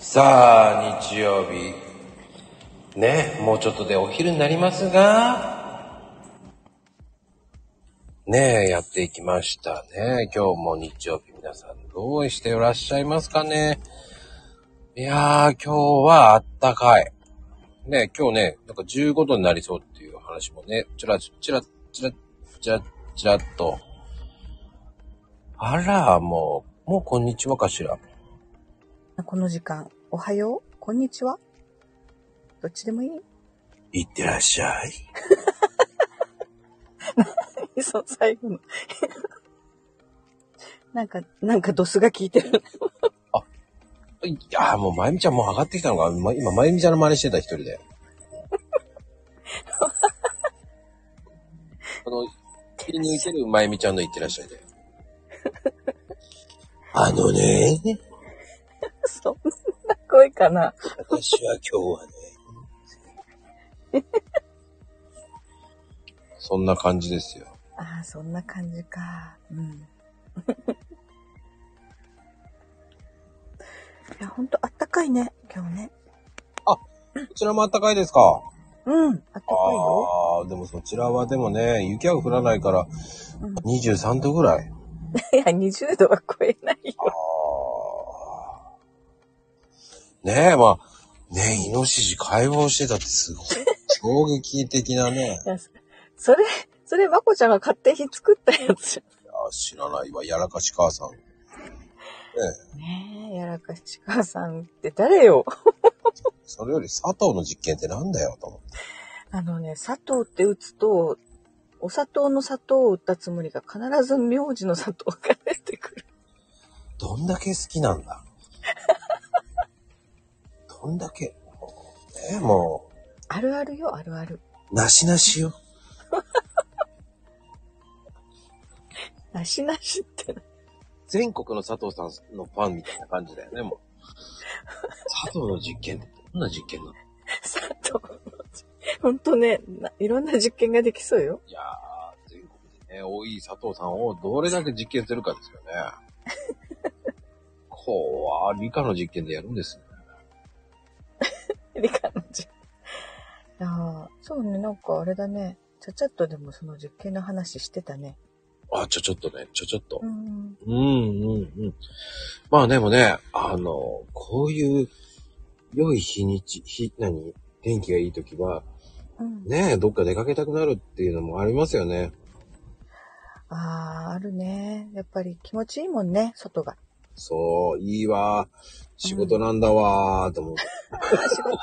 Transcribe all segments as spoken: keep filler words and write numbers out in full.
さあ、日曜日。ね、もうちょっとでお昼になりますが、ねえ、やっていきましたね。今日も日曜日、皆さんどうしていらっしゃいますかね。いやー、今日はあったかい。ね、今日ね、なんかじゅうごどになりそうっていう話もね、ちらちらちらちらちらっと。あら、もう、もうこんにちはかしら。 この時間、おはよう、こんにちは。どっちでもいい？ いってらっしゃい。 そう、最後の。なんか、なんかドスが効いてる。 あ、いやーもうまゆみちゃんもう上がってきたのが、ま、今まゆみちゃんの真似してた一人で。あの、切り抜いてるまゆみちゃんのいってらっしゃいで。あのね、 そんな声かな。 私は今日はね、そんな感じですよ。 ああ、そんな感じか。うん。いや、ほんとあったかいね、今日ね。 あ、こちらもあったかいですか？ うん、あったかいよ。 ああ、でもそちらはでもね、雪は降らないから、 うん、 にじゅうさんどぐらい。 いや、にじゅうどは超えないよ。 あーねえ、まあ、ねえ、イノシシ解剖してたってすごい衝撃的なね。 いや、それ、それ、まこちゃんが勝手に作ったやつ。 いや、知らないわ、やらかし母さん。ねえ。ねえ、やらかし母さんって誰よ。 それより佐藤の実験ってなんだよ、と思って。 あのね、佐藤って打つと、お砂糖の砂糖を打ったつもりが必ず名字の砂糖が出てくる。 どんだけ好きなんだ。どんだけ。ねえ、もう。 あるあるよ、あるある。 なしなしよ。 なしなしってな。 全国の佐藤さんのファンみたいな感じだよね、もう。佐藤の実験ってどんな実験なの？ 砂糖。ほんとねな、いろんな実験ができそうよ。 いやー、全国でね、多い佐藤さんをどれだけ実験するかですよね。こうは理科の実験でやるんですね。 理科の実験。ああ、そうね、なんかあれだね。ちゃちゃっとでもその実験の話してたね。 あ、ちょちょっとね、ちょちょっと。 うん。 うん、うん、うん。まあでもね、あの、こういう良い日にち、日、何天気がいいときは、 うん、 ねえ、どっか出かけたくなるっていうのもありますよね。 ああ、あるね。やっぱり気持ちいいもんね、外が。 そう、いいわ。仕事なんだわーと思う。 あ、仕事。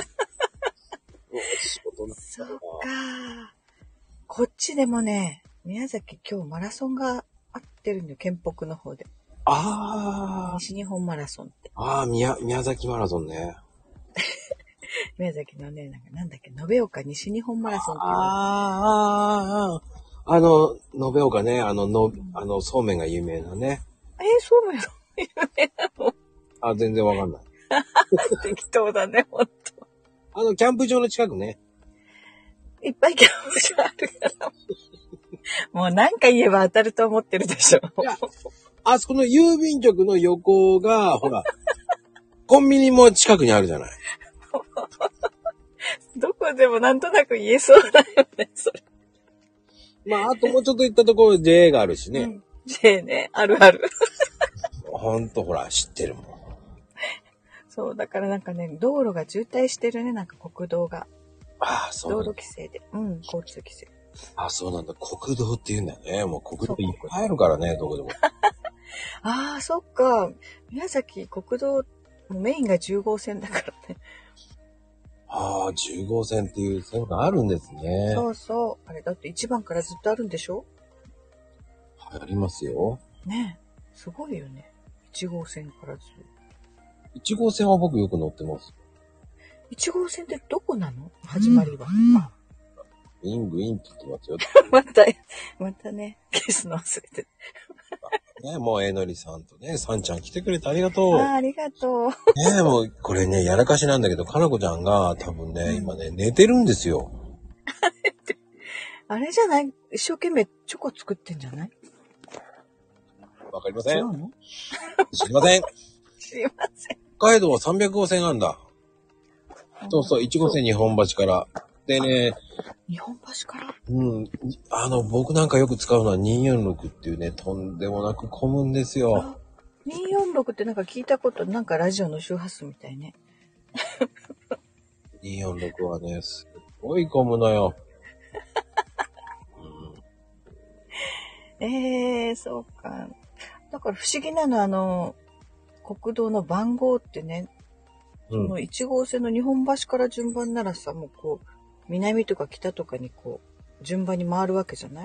仕事なんだわ。 そうか。こっちでもね、宮崎今日マラソンがあってるんだよ、県北の方で。 あー、 西日本マラソンって。 あー、宮、宮崎マラソンね。 宮崎のね、なんかなんだっけ、延岡西日本マラソンっていうの。 あー、あー、あー、あの、延岡ね、あの、の、あの、そうめんが有名なね。 えー、そうなの？有名なの？ あ、全然わかんない。 適当だね、ほんと。 あの、キャンプ場の近くね。 いっぱいキャンプ場あるから。もう何回言えば当たると思ってるでしょ。 いや、あそこの郵便局の横が、ほら、コンビニも近くにあるじゃない。 どこでもなんとなく言えそうだよね、それ。 まあ、あともうちょっと行ったところ ジェー があるしね。 うん、J ね、あるある。 ほんとほら、知ってるもん。 そう、だからなんかね、道路が渋滞してるね、なんか国道が。 ああ、そう道なんだ。 路規制で。うん、交通規制。 ああ、そうなんだ。国道って言うんだよね。もう国道いっぱいあるからね、どこでも。 ああ、そっか。宮崎国道、もうメインがじゅう号線だからね。 ああ、じゅう号線っていう線があるんですね。 そうそう。あれ、だっていちばんからずっとあるんでしょ？ はい、ありますよ。 ねえ。すごいよね。いち号線からず。 いち号線は僕よく乗ってます。 いち号線ってどこなの？始まりは。 イングインって言ってますよ。 また、またね、消すの忘れて。 ね、もうえのりさんとね、さんちゃん来てくれてありがとう。 ああ、ありがとう。 ね、もうこれね、やらかしなんだけど、かなこちゃんが多分ね、今ね、寝てるんですよ。 あれじゃない？一生懸命チョコ作ってんじゃない？ わかりません。 違うの？ 知りません。 知りません。 海道はさんびゃくごうせんあんだ。そうそう、いちごうせん日本橋から。でね、 日本橋から、 うん、あの、僕なんかよく使うのはにひゃくよんじゅうろくっていうね、とんでもなく混むんですよ。 にひゃくよんじゅうろくってなんか聞いたこと、なんかラジオの周波数みたいね。 にひゃくよんじゅうろくはね、すごい混むのよ。 うん、えー、そうか。だから不思議なのは、あの、国道の番号ってね、そのいち号線の日本橋から順番ならさ、もうこう、南とか北とかにこう、順番に回るわけじゃない？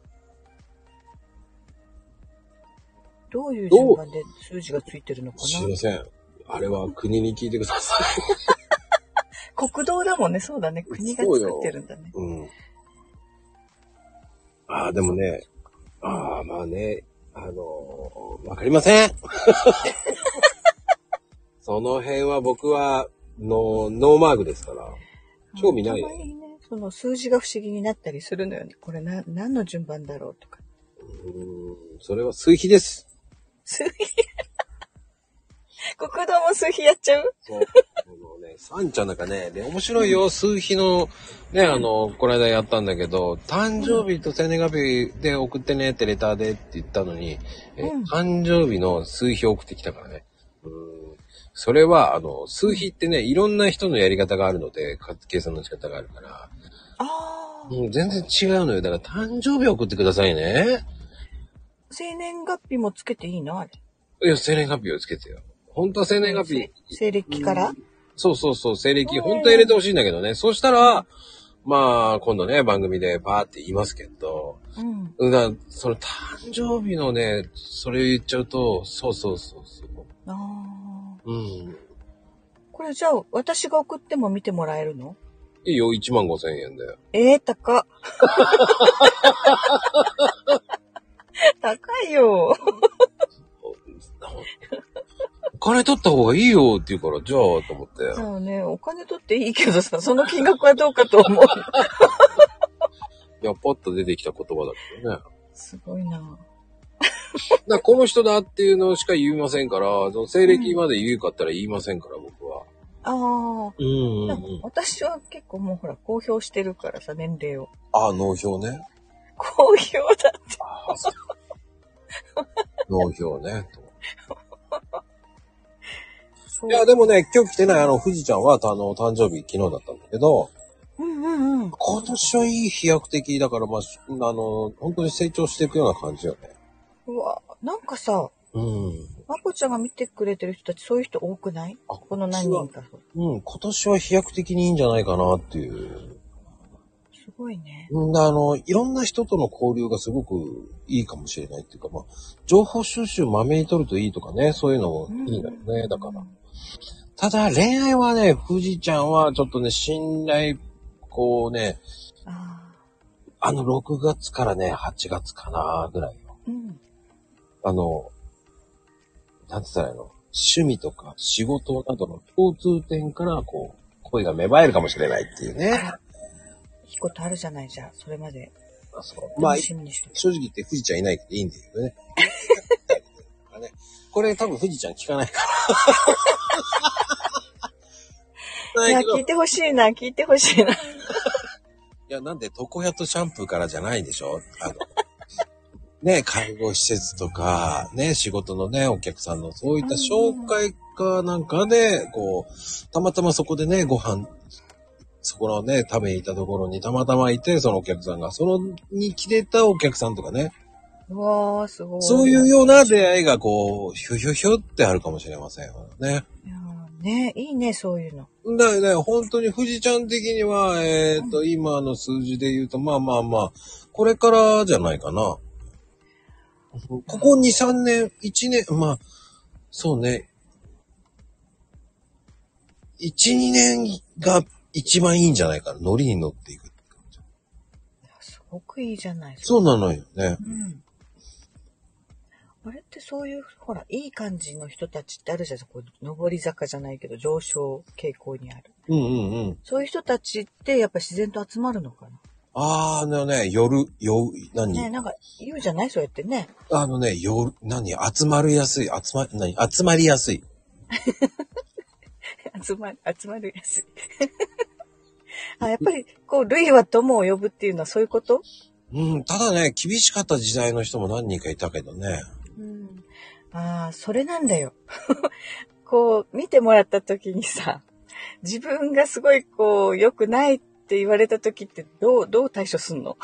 どういう順番で数字がついてるのかな？ 知りません。あれは国に聞いてください。 国道だもんね、そうだね。国が作ってるんだね。 ううん。ああ、でもね、ああ、まあね、あのー、わかりません。その辺は僕はのノーマークですから、興味ないよ。 たまにね、その数字が不思議になったりするのよね。これな、何の順番だろうとか。 うーん、それは数比です。 数比国道も数比やっちゃう？ そう。あのね、サンちゃんなんかね、で、面白いよ、数比の、ね、あの、この間やったんだけど、誕生日と生年月日で送ってねってレターでって言ったのに、え、 うん、 誕生日の数比を送ってきたからね。うーん、それは、あの、数比ってね、いろんな人のやり方があるので、計算の仕方があるから、 ああ、 うん、全然違うのよ。だから誕生日送ってくださいね。 生年月日もつけていいのあれ？ いや、生年月日をつけてよ。本当は生年月日。 西暦から、うん、 そうそうそう、西暦、本当は入れてほしいんだけどね。そうしたら、まあ、今度ね、番組でバーって言いますけど、うん。だその誕生日のね、それ言っちゃうと、そうそうそうそう。ああ。うん。 これじゃあ、私が送っても見てもらえるの？ いいよ、いちまんごせんえんだよ。 えー、高っ。高いよ。 お金取った方がいいよって言うから、じゃあ、と思って。 そうね、お金取っていいけどさ、その金額はどうかと思う。 いや、パッと出てきた言葉だけどね。 すごいな。 だこの人だっていうのしか言いませんから、その西暦まで言うかったら言いませんから、うん、僕は。ああ。 うんうんうん。私は結構もうほら、公表してるからさ、年齢を。 ああ、納票ね。 公表だって。あ納票ね。いや、でもね、今日来てないあの、富士ちゃんは、あの、誕生日昨日だったんだけど、うんうんうん。今年はいい飛躍的だから、まあ、あの、本当に成長していくような感じよね。 うわ、なんかさ、うん。まこちゃんが見てくれてる人たち、そういう人多くない？あ、この何人か。 うん、今年は飛躍的にいいんじゃないかなっていう。 すごいね。 うん、あの、いろんな人との交流がすごくいいかもしれないっていうか、まあ、情報収集まめに取るといいとかね、そういうのもいいんだよね、うん、だから。ただ、恋愛はね、富士ちゃんはちょっとね、信頼、こうね、あ, あの、ろくがつからね、はちがつかな、ぐらいの。うん、あの、なんて言ったらいいの？趣味とか仕事などの共通点から、こう、恋が芽生えるかもしれないっていうね。 いいことあるじゃないじゃん、それまで。 あ、そう。まあ、正直言って富士ちゃんいないけどいいんだけどね。これ多分富士ちゃん聞かないから。 いや、聞いてほしいな、聞いてほしいな。いや、なんで、床屋とシャンプーからじゃないでしょ？あの、ね、介護施設とか、ね、仕事のね、お客さんのそういった紹介かなんかで、こう、たまたまそこでね、ご飯、そこのね、食べに行ったところにたまたまいて、そのお客さんが、その、に来てたお客さんとかね。 うわー、すごい。 そういうような出会いがこう、ひょひょひょってあるかもしれませんよね。 いやね、いいね、そういうの。 だよね、本当に富士ちゃん的には、えっと、うん、今の数字で言うと、まあまあまあ、これからじゃないかな。ここに、さんねん、いちねん、まあ、そうね。いち、にねんが一番いいんじゃないかな。ノリに乗っていくって感じ。 すごくいいじゃない。 そうなのよね。うん。 あれってそういう、ほら、いい感じの人たちってあるじゃん。こう上り坂じゃないけど、上昇傾向にある。うんうんうん。そういう人たちってやっぱ自然と集まるのかな。 あー、あのね、夜、夜、何ね、なんか言うじゃないそうやってね。 あのね、夜、何集まりやすい、集ま、何集まりやすい。 集まる、集まるやすい。あ、やっぱり、こう、類は友を呼ぶっていうのはそういうこと？ うん、ただね、厳しかった時代の人も何人かいたけどね。 うん。ああ、それなんだよ。こう、見てもらった時にさ、自分がすごいこう、良くないって言われた時ってどう、どう対処すんの？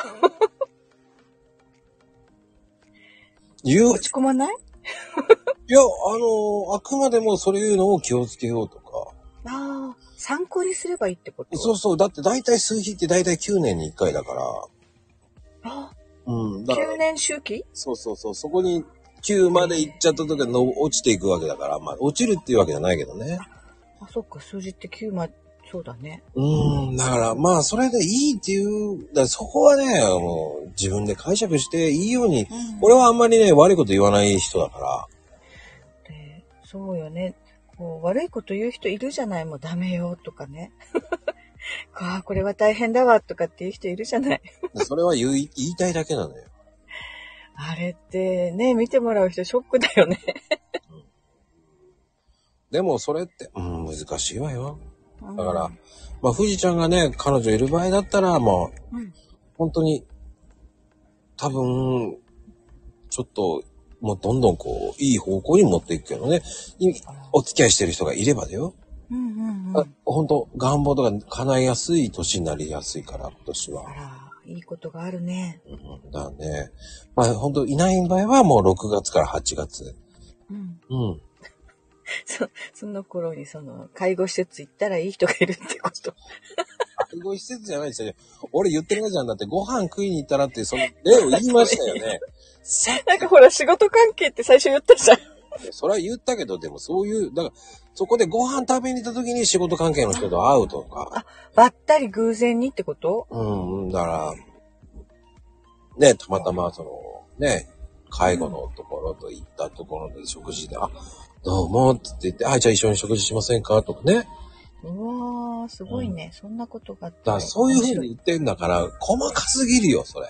言う、 落ち込まない？ いや、あの、あくまでもそれ言うのを気をつけようとか。 ああ、参考にすればいいってこと？ そうそう、だって大体数比って大体きゅうねんにいっかいだから。 あ、 うん、だからきゅうねん周期？ そうそうそう、そこにきゅうまで行っちゃった時はの落ちていくわけだから、まあ落ちるっていうわけじゃないけどね。 あ、そっか、数字ってきゅうまで、そうだね。 うーん、だからまあそれでいいっていう、だからそこはね、もう自分で解釈していいように、 うん、 俺はあんまりね、悪いこと言わない人だから。 でそうよね。こう悪いこと言う人いるじゃない、もうダメよとかね。ああ、これは大変だわとかっていう人いるじゃない。 それは言い、言いたいだけなのよ。 あれってね、見てもらう人ショックだよね。 うん、でもそれって、うん、難しいわよ。だから、うん、まあ、富士ちゃんがね、彼女いる場合だったら、もう、うん、本当に、多分、ちょっと、もうどんどんこう、いい方向に持っていくけどね。お付き合いしてる人がいればだよ。うんうんうん。本当願望とか叶いやすい年になりやすいから、今年は。 あら、いいことがあるね。 うん、だね。まあ本当いない場合はもうろくがつからはちがつ。うん。うん。 そ、その頃にその、介護施設行ったらいい人がいるってこと？ 介護施設じゃないですよね。俺言ってるじゃん。だってご飯食いに行ったらってその例を言いましたよね。 なんかほら仕事関係って最初言ったじゃん。 それは言ったけど、でもそういう、だから、そこでご飯食べに行った時に仕事関係の人と会うとか。 あ、ばったり偶然にってこと？ うん、だから、ね、たまたまその、ね、介護のところと行ったところで食事で、あ、どうもって言って、あ、じゃあ一緒に食事しませんかとかね。 うわー、すごいね。うん、そんなことがあって。 だからそういう風に言ってんだから、細かすぎるよ、それ。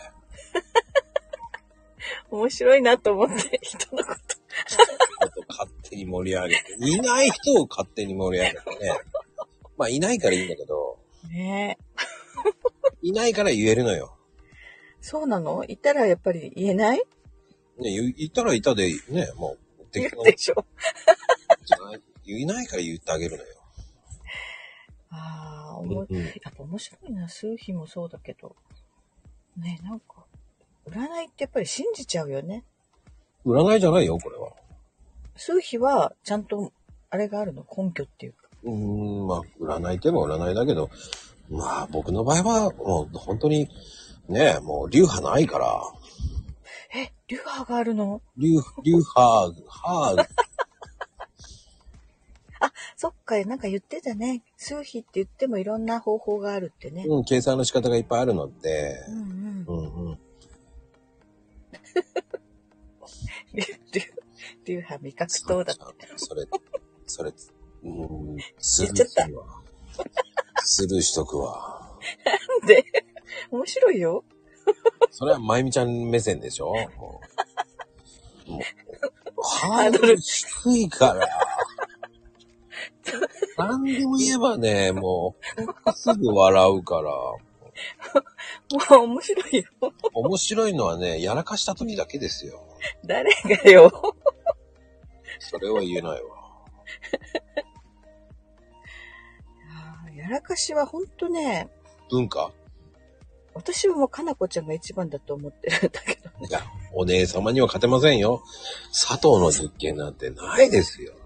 面白いなと思って、人のこと。 勝手に盛り上げて。いない人を勝手に盛り上げてね。まあ、いないからいいんだけど。ねえ。いないから言えるのよ。 そうなの？いたらやっぱり言えない？ ね、いたらいたで、ね、もう。 言うでしょ。 いないから言ってあげるのよ。 ああ、おも、うん、やっぱ面白いな。数日もそうだけど。ね、なんか、占いってやっぱり信じちゃうよね。 占いじゃないよ、これは。 数日は、ちゃんと、あれがあるの？根拠っていうか。 うーん、まあ、占いっても占いだけど、まあ、僕の場合は、もう、本当に、ね、もう、流派ないから。 え、流派があるの？ 流、流派、はあ、そっか、なんか言ってたね。数日って言ってもいろんな方法があるってね。 うん、計算の仕方がいっぱいあるので。 うんうん。うんうん。流、流、流派味覚糖だって。 それ、それ、うん、スルーするわ。スルーしとくわ。 なんで？面白いよ。 それはまゆみちゃん目線でしょ？もう、もうハードル低いから。何でも言えばね、もう、すぐ笑うから。もう面白いよ。 面白いのはね、やらかした時だけですよ。 誰がよ。 それは言えないわ。 やらかしはほんとね。 文化？ 私はもうかなこちゃんが一番だと思ってるんだけどね。 いや、お姉様には勝てませんよ。佐藤の実験なんてないですよ。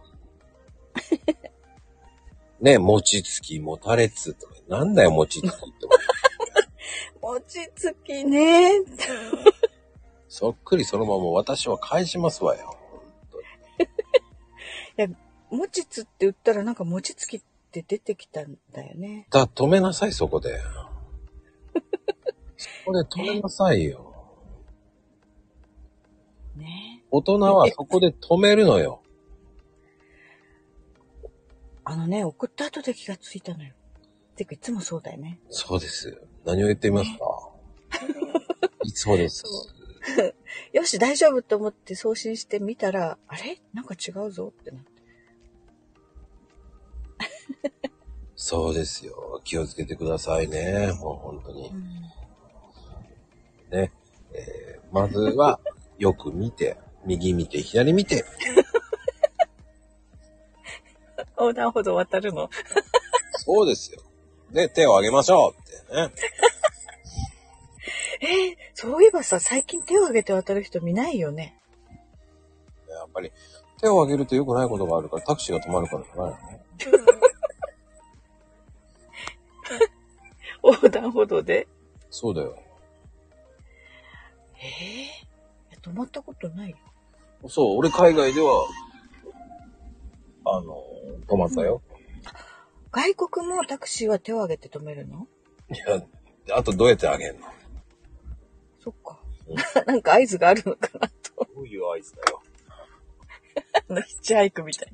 ね、餅つき、もたれつとか、なんだよ、餅つきって。 餅つきね。 そっくりそのまま私は返しますわよ。 いや、餅つって言ったらなんか餅つきって出てきたんだよね。 だ、止めなさい、そこで。そこで止めなさいよ。ね。大人はそこで止めるのよ。 あのね、送った後で気がついたのよ。てかいつもそうだよね。 そうです。何を言っていますか？ね、そうです。 よし、大丈夫と思って送信してみたら、あれなんか違うぞってなって。 そうですよ。気をつけてくださいね。もう本当に。 うん、 ね。えー、まずは、よく見て、右見て、左見て。 横断歩道渡るの？ そうですよ。で、手を挙げましょうってね。 えー、そういえばさ、最近手を挙げて渡る人見ないよね。 やっぱり、手を挙げると良くないことがあるから、タクシーが止まるからじゃないのね。 横断歩道で。 そうだよ。 えー、止まったことないよ。 そう、俺海外では、あの、止まったよ。 外国もタクシーは手を挙げて止めるの？ いや、あとどうやって挙げんの？ そっか。なんか合図があるのかなと。 どういう合図だよ。 あの、ヒッチハイクみたいに。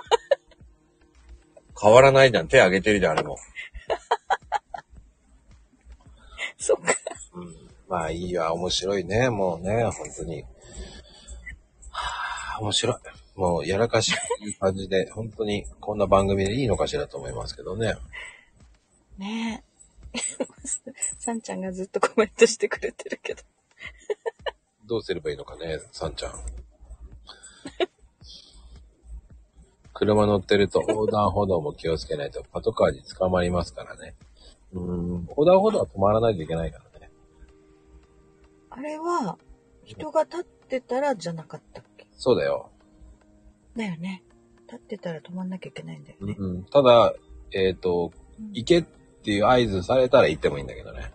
変わらないじゃん。手挙げてるじゃん、あれも。 そっか。 うん。まあいいわ、面白いね。もうね、本当に。はぁ、面白い。もうやらかしい感じで、本当にこんな番組でいいのかしらと思いますけどね。 ねえ。さんちゃんがずっとコメントしてくれてるけど。 どうすればいいのかね、さんちゃん。車乗ってると横断歩道も気をつけないとパトカーに捕まりますからね。うーん、横断歩道は止まらないといけないからね。 あれは、人が立ってたらじゃなかったっけ？ そうだよ。 だよね。立ってたら止まんなきゃいけないんだよね。 うん、ただ、えっと、行けっていう合図されたら行ってもいいんだけどね。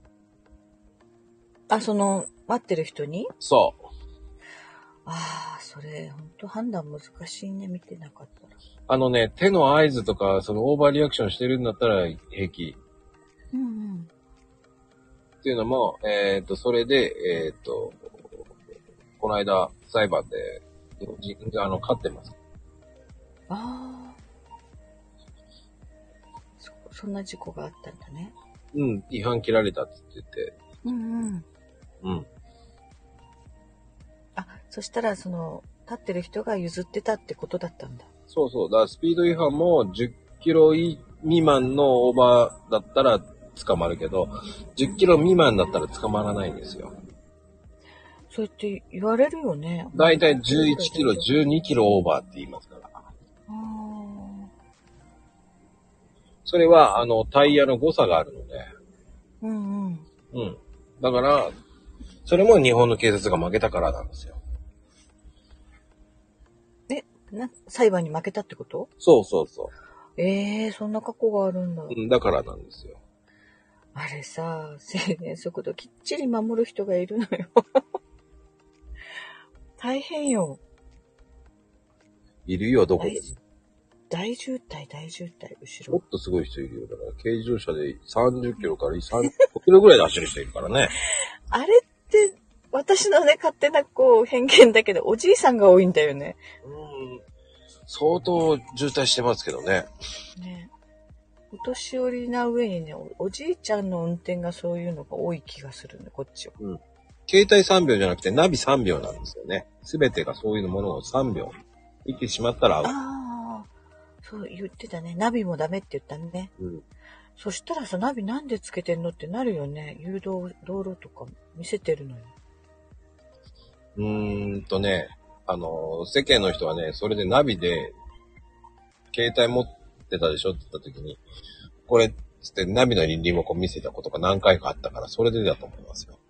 あ、その、待ってる人に？ そう。 ああ、それ、ほんと判断難しいね。見てなかったら。 あのね、手の合図とか、そのオーバーリアクションしてるんだったら平気。 うんうん。 っていうのも、えっと、それで、えっと、この間、裁判で、じあの、勝ってます。 ああ。そ、そんな事故があったんだね。 うん、違反切られたって言ってて。 うんうん。 うん。 あ、そしたら、その、立ってる人が譲ってたってことだったんだ。 そうそう。だからスピード違反もじゅっキロ未満のオーバーだったら捕まるけど、じゅっキロ未満だったら捕まらないんですよ。 そうやって言われるよね。 だいたいじゅういちキロ、じゅうにキロオーバーって言いますから。 ああ。 それは、あの、タイヤの誤差があるので。 うんうん。 うん。だから、それも日本の警察が負けたからなんですよ。 え、な、裁判に負けたってこと？ そうそうそええー、そんな過去があるんだ。 う。うん、だからなんですよ。 あれさ、制限速度きっちり守る人がいるのよ。大変よ。 いるよ、どこでも。 大渋滞、大渋滞、後ろ。 もっとすごい人いるよ。だから、軽自動車でさんじゅっキロからさんじゅっキロぐらいで走る人いるからね。 あれって、私のね、勝手なこう、偏見だけど、おじいさんが多いんだよね。 うん。相当渋滞してますけどね。 ね。お年寄りな上にねお、おじいちゃんの運転がそういうのが多い気がするね、こっちは。 うん。携帯さんびょうじゃなくてナビさんびょうなんですよね。すべてがそういうものをさんびょう。見てしまったらアウト。 ああ、そう言ってたね。ナビもダメって言ったね。 うん。 そしたらさ、ナビなんでつけてんのってなるよね。誘導、道路とか見せてるのよ。 うーんとね、あの、世間の人はね、それでナビで、携帯持ってたでしょって言った時に、これ、つってナビのリモコン見せたことが何回かあったから、それでだと思いますよ。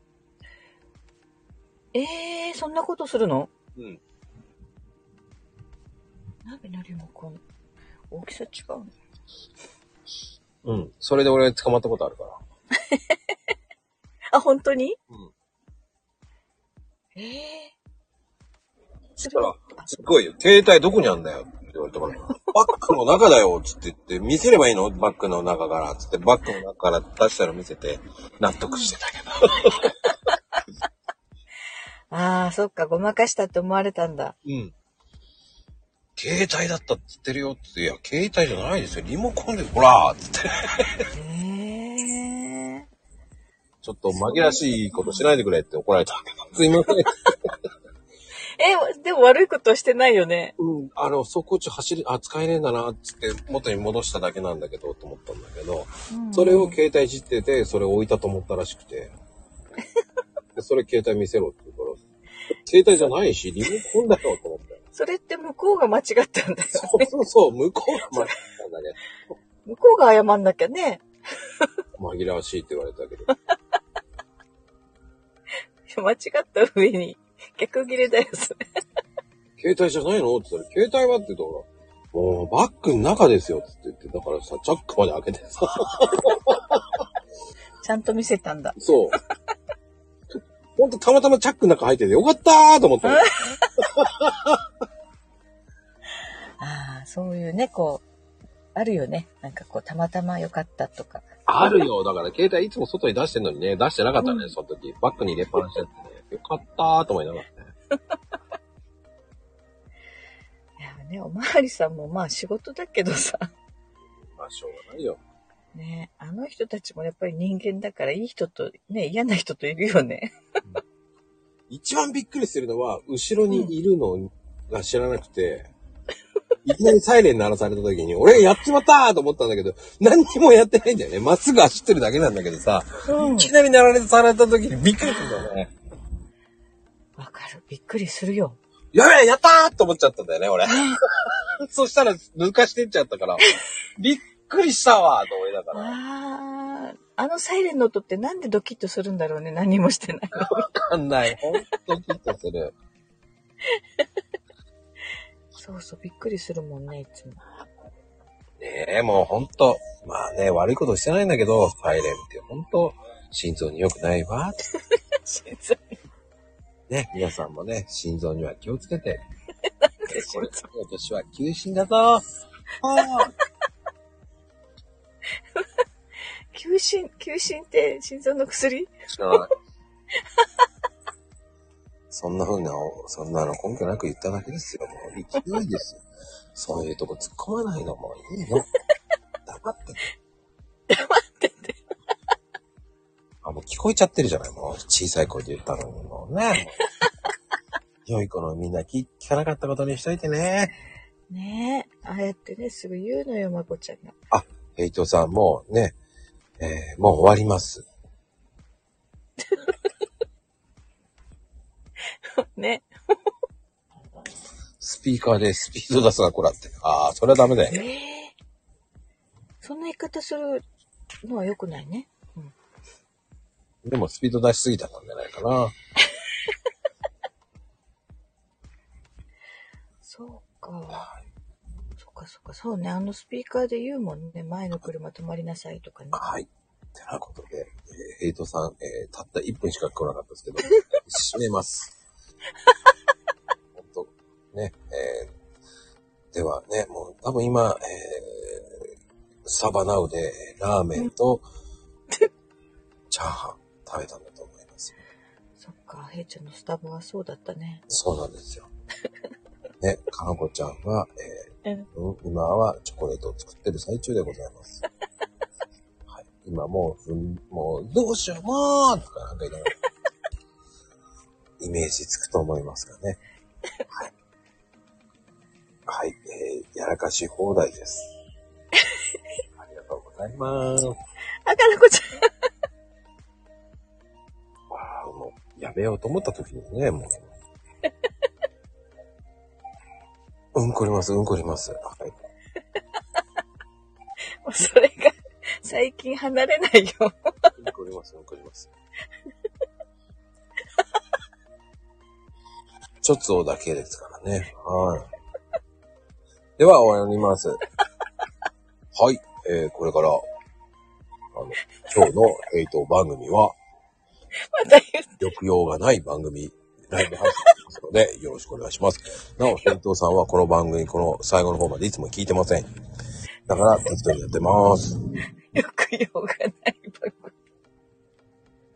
ええー、そんなことするの？ うん。 ナビのリモコン、大きさ違うの？ うん。それで俺捕まったことあるから。 あ、本当に？ うん。 ええー。 そしたら、すっごいよ。携帯どこにあんだよって言われたから、バッグの中だよつって言って、見せればいいのバッグの中からつって、バッグの中から出したら見せて、納得してたけど。 ああ、そっか、ごまかしたって思われたんだ。 うん。携帯だったって言ってるよって、いや、携帯じゃないですよ。リモコンで、ほらーっつって。 へえ。 ちょっと紛らわしいことしないでくれって怒られたけど。すいません。 え、 え、でも悪いことはしてないよね。 うん、あの、走行中走り、あ、使えねえんだな、つって元に戻しただけなんだけど、と思ったんだけど、うんうん、それを携帯いじってて、それを置いたと思ったらしくて。でそれ携帯見せろって言うから、携帯じゃないし、リモコンだよと思って。 それって向こうが間違ったんだよね。 そうそうそう、向こうが間違ったんだね。 向こうが謝んなきゃね。 紛らわしいって言われたけど。 間違った上に逆切れだよ、それ。 携帯じゃないのって言ったら、携帯はって言ったら、もうバッグの中ですよって言って、だからさ、チャックまで開けてさ。 ちゃんと見せたんだ。 そう。ほんとたまたまチャックの中入っててよかったーと思った。ああ、そういうね、こう、あるよね。なんかこう、たまたまよかったとか。 あるよ。だから携帯いつも外に出してんのにね、出してなかったね、うん、その時。バッグに入れっぱなしだってね。よかったーと思いながらね。 いやね、おまわりさんもまあ仕事だけどさ。 まあしょうがないよ。 ね、あの人たちもやっぱり人間だからいい人とね、嫌な人といるよね。 一番びっくりするのは、後ろにいるのが知らなくて、うん、いきなりサイレン鳴らされた時に、俺がやっちまったーと思ったんだけど、何にもやってないんだよね。まっすぐ走ってるだけなんだけどさ、うん、いきなり鳴らされた時にびっくりするんだよね。 わかる。びっくりするよ。 やべえ、やったーと思っちゃったんだよね、俺。そしたら抜かしてっちゃったから、びっくりしたわーと思いながら。 あー、あのサイレンの音ってなんでドキッとするんだろうね、何もしてないの。 わかんない。ほんとドキッとする。 そうそう、びっくりするもんね、いつも。 ねえ、もうほんと、まあね、悪いことしてないんだけど、サイレンってほんと、心臓に良くないわ。心臓に。ね、皆さんもね、心臓には気をつけて。 なんで心臓今年は休診だぞ。 休診、休診って心臓の薬？ 知らない。そんな風な、そんなの根拠なく言っただけですよ。もう、いきないですよ。そういうとこ突っ込まないのもいいの。黙ってて。 黙ってて。 あ、もう聞こえちゃってるじゃない。もう小さい声で言ったのにもうね。良い子のみんな聞かなかったことにしといてね。 ねえ。ああやってね、すぐ言うのよ、まこちゃんが。 あ、ヘイトさんもうね、えー、もう終わります。 ね。 スピーカーでスピード出すな、こらって。ああ、それはダメだよ。 えー、そんな言い方するのは良くないね。うん、 でもスピード出しすぎたんじゃないかな。 そうか。はい、そっかそっか。そうね。あのスピーカーで言うもんね。前の車止まりなさいとかね。 はい。てなことで、えー、ヘイトさん、えー、たったいっぷんしか来なかったですけど、閉めます。本当ね、えー、ではね、もう多分今、えー、サバナウでラーメンとチャーハン食べたんだと思います。 そっか、ヘイちゃんのスタバはそうだったね。 そうなんですよ。ね、かなこちゃんは、えーうん、今はチョコレートを作ってる最中でございます。はい、今もう、うん、もう、どうしようもーとかなんか言いながら、イメージつくと思いますがね。はい。はい、えー、やらかし放題です。ありがとうございます。 あ、かなこちゃん。 ああ、もう、やめようと思った時にね、もう。うんこります、うんこります。はい。 もうそれが最近離れないよ。 うんこります、うんこります。ちょっとだけですからね。はい。では終わります。はい。えー、これから、あの、今日のヘイト番組は、 また言って抑揚がない番組、ライブ配信ですので、よろしくお願いします。なお、ヘイトさんはこの番組、この最後の方までいつも聞いてません。だから、適当にやってます。 抑揚がない。